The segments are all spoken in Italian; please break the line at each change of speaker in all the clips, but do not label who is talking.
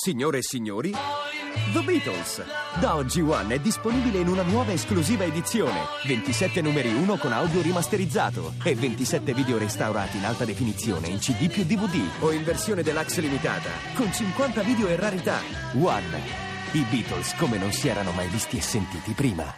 Signore e signori, The Beatles. Da oggi One è disponibile in una nuova esclusiva edizione. 27 numeri 1 con audio rimasterizzato e 27 video restaurati in alta definizione in CD più DVD o in versione deluxe limitata con 50 video e rarità. One. I Beatles come non si erano mai visti e sentiti prima.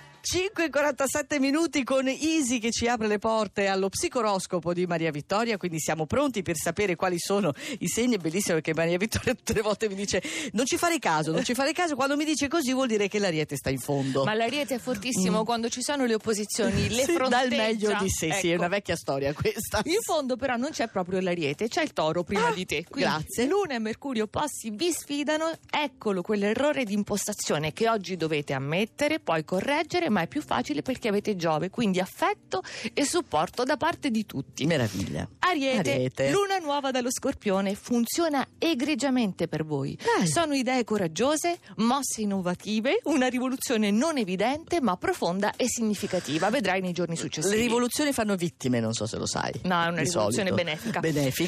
5:47 con Easy che ci apre le porte allo psicoroscopo di Maria Vittoria, quindi siamo pronti per sapere quali sono i segni. È bellissimo perché Maria Vittoria tutte le volte mi dice non ci fare caso, quando mi dice così vuol dire che l'Ariete sta in fondo.
Ma l'Ariete è fortissimo quando ci sono le opposizioni, le fronteggia.
Dà il meglio di sé,
ecco.
Sì, è una vecchia storia questa.
In fondo però non c'è proprio l'Ariete, c'è il Toro prima di te. Quindi
grazie.
Luna e Mercurio opposti vi sfidano, eccolo quell'errore di impostazione che oggi dovete ammettere, poi correggere, ma è più facile perché avete Giove, quindi affetto e supporto da parte di tutti.
Meraviglia.
Ariete. Luna nuova dallo Scorpione funziona egregiamente per voi. Sono idee coraggiose, mosse innovative, una rivoluzione non evidente ma profonda e significativa. Vedrai nei giorni successivi.
Le rivoluzioni fanno vittime, non so se lo sai.
No, è una rivoluzione
benefica.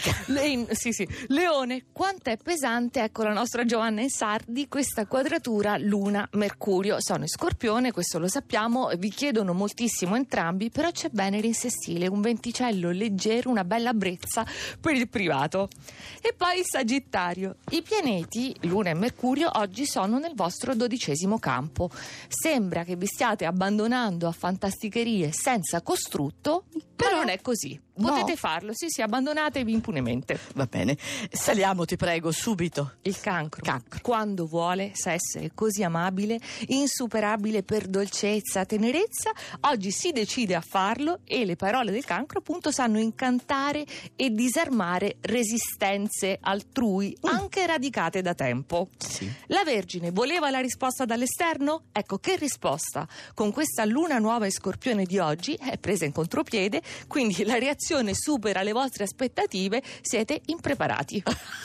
Sì. Leone, quanto è pesante, ecco la nostra Giovanna Ensardi, questa quadratura Luna-Mercurio. Sono in Scorpione, questo lo sappiamo, vi chiedono moltissimo entrambi, però c'è Venere in sestile, un venticello leggero, una bella brezza per il privato. E poi il Sagittario. I pianeti, Luna e Mercurio, oggi sono nel vostro 12° campo. Sembra che vi stiate abbandonando a fantasticherie senza costrutto, ma non è così. Potete farlo, sì, abbandonatevi impunemente.
Va bene. Saliamo, ti prego, subito.
Il Cancro. Quando vuole sa essere così amabile, insuperabile per dolcezza, tenerezza, oggi si decide a farlo e le parole del Cancro appunto sanno incantare e disarmare resistenze altrui, anche radicate da tempo.
Sì.
La Vergine voleva la risposta dall'esterno? Ecco, che risposta? Con questa Luna nuova e Scorpione di oggi è presa in contropiede, quindi la reazione supera le vostre aspettative, siete impreparati.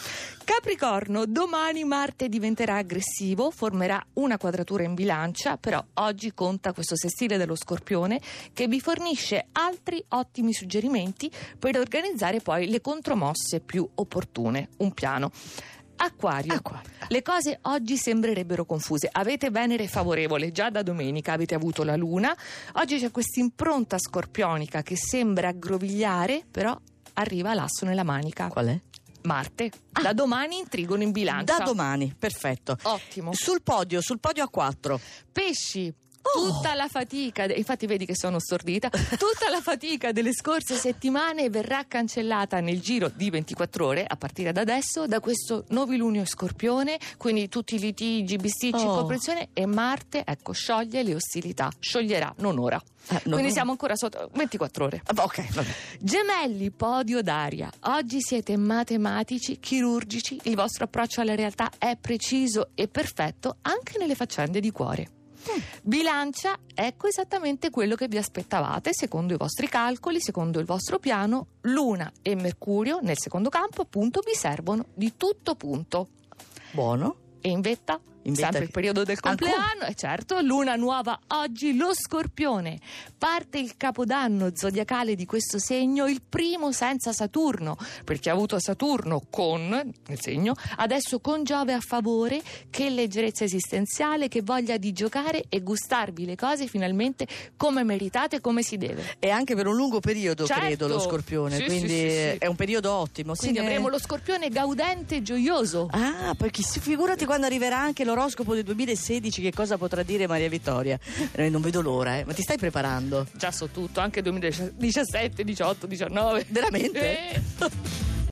Capricorno, domani Marte diventerà aggressivo, formerà una quadratura in Bilancia, però oggi conta questo sestile dello Scorpione che vi fornisce altri ottimi suggerimenti per organizzare poi le contromosse più opportune. Un piano. Acquario. Le cose oggi sembrerebbero confuse. Avete Venere favorevole, già da domenica avete avuto la Luna. Oggi c'è questa impronta scorpionica che sembra aggrovigliare, però arriva l'asso nella manica.
Qual è?
Marte. Da domani in Trigono in Bilancia.
Da domani, perfetto.
Ottimo.
Sul podio a 4.
Pesci. Tutta la fatica, infatti vedi che sono stordita, tutta la fatica delle scorse settimane verrà cancellata nel giro di 24 ore a partire da adesso da questo novilunio Scorpione, quindi tutti i litigi, bisticci, comprensione, e Marte, ecco, scioglie le ostilità, scioglierà, non ora. Quindi siamo ancora sotto 24 ore.
Ok, vabbè.
Gemelli, podio d'aria. Oggi siete matematici, chirurgici, il vostro approccio alla realtà è preciso e perfetto anche nelle faccende di cuore. Bilancia, ecco esattamente quello che vi aspettavate secondo i vostri calcoli, secondo il vostro piano. Luna e Mercurio nel secondo campo appunto vi servono di tutto punto.
Buono.
E in vetta? Sempre il periodo del compleanno, e certo, Luna nuova oggi, lo Scorpione. Parte il capodanno zodiacale di questo segno, il primo senza Saturno, perché ha avuto Saturno con, nel segno, adesso con Giove a favore. Che leggerezza esistenziale, che voglia di giocare e gustarvi le cose finalmente come meritate, come si deve.
E anche per un lungo periodo,
certo.
Credo, lo Scorpione, sì, quindi sì. È un periodo ottimo.
Quindi avremo lo Scorpione gaudente e gioioso.
Perché figurati quando arriverà anche l'oroscopo del 2016, che cosa potrà dire Maria Vittoria. Non vedo l'ora, ma ti stai preparando?
Già so tutto, anche 2017, 18, 19.
Veramente?